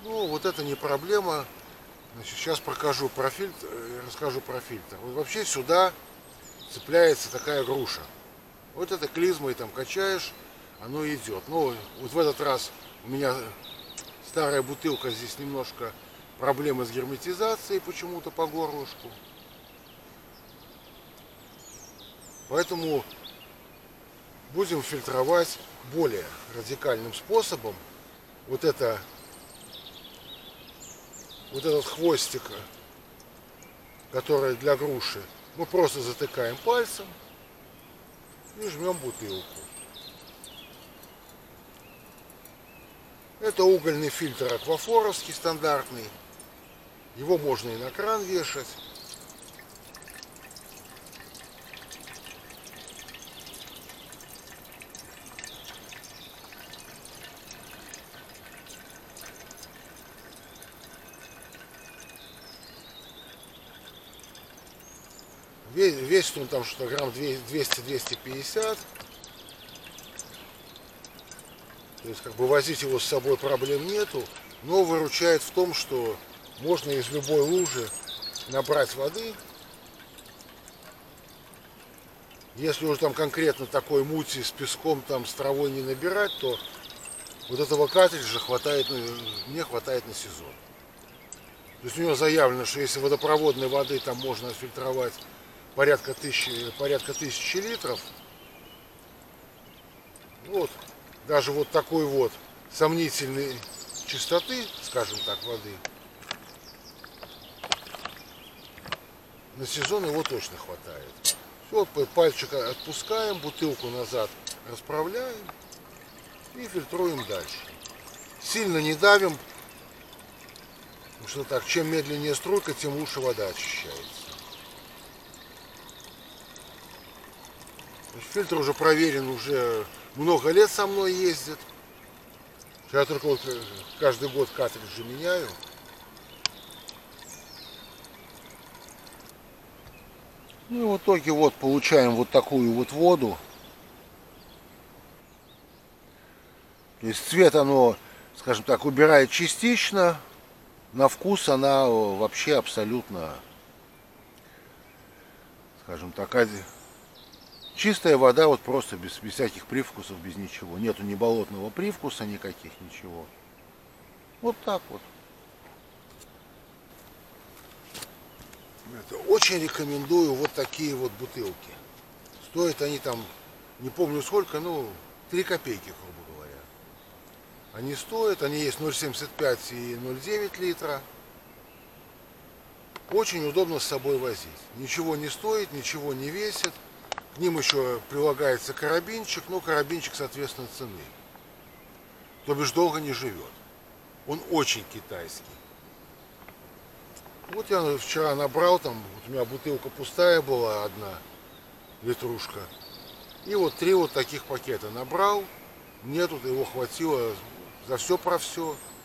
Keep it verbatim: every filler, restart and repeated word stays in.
Ну, вот это не проблема. Значит, сейчас покажу про фильтр, расскажу про фильтр. Вот вообще сюда цепляется такая груша. Вот это клизмой там качаешь, оно идет. Но вот в этот раз у меня старая бутылка, здесь немножко проблемы с герметизацией почему-то по горлышку. Поэтому будем фильтровать более радикальным способом. Вот это вот этот хвостик, который для груши, мы просто затыкаем пальцем и жмем бутылку. Это угольный фильтр аквафоровский стандартный. Его можно и на кран вешать. Весит он там что-то грамм двести — двести пятьдесят. То есть как бы возить его с собой проблем нету. Но выручает в том, что можно из любой лужи набрать воды. Если уже там конкретно такой мути с песком, там с травой не набирать, то вот этого картриджа хватает, мне хватает на сезон. То есть у него заявлено, что если водопроводной воды там можно отфильтровать порядка тысячи, порядка тысячи литров. Вот, даже вот такой вот сомнительной чистоты, скажем так, воды, на сезон его точно хватает. Все, пальчик отпускаем, бутылку назад расправляем и фильтруем дальше. Сильно не давим, потому что так, чем медленнее струйка, тем лучше вода очищается. Фильтр уже проверен, уже много лет со мной ездит. Я только вот каждый год картриджи меняю. Ну и в итоге вот получаем вот такую вот воду. То есть цвет оно, скажем так, убирает частично. На вкус она вообще абсолютно, скажем так, чистая вода, вот просто без, без всяких привкусов, без ничего. Нету ни болотного привкуса, никаких, ничего. Вот так вот. Это, очень рекомендую вот такие вот бутылки. Стоят они там, не помню сколько, ну, три копейки, грубо говоря. Они стоят, они есть ноль семьдесят пять и ноль девять литра. Очень удобно с собой возить. Ничего не стоит, ничего не весит. К ним еще прилагается карабинчик, но карабинчик, соответственно, цены. То бишь долго не живет. Он очень китайский. Вот я вчера набрал, там вот у меня бутылка пустая была, одна литрушка. И вот три вот таких пакета набрал. Мне тут его хватило за все про все.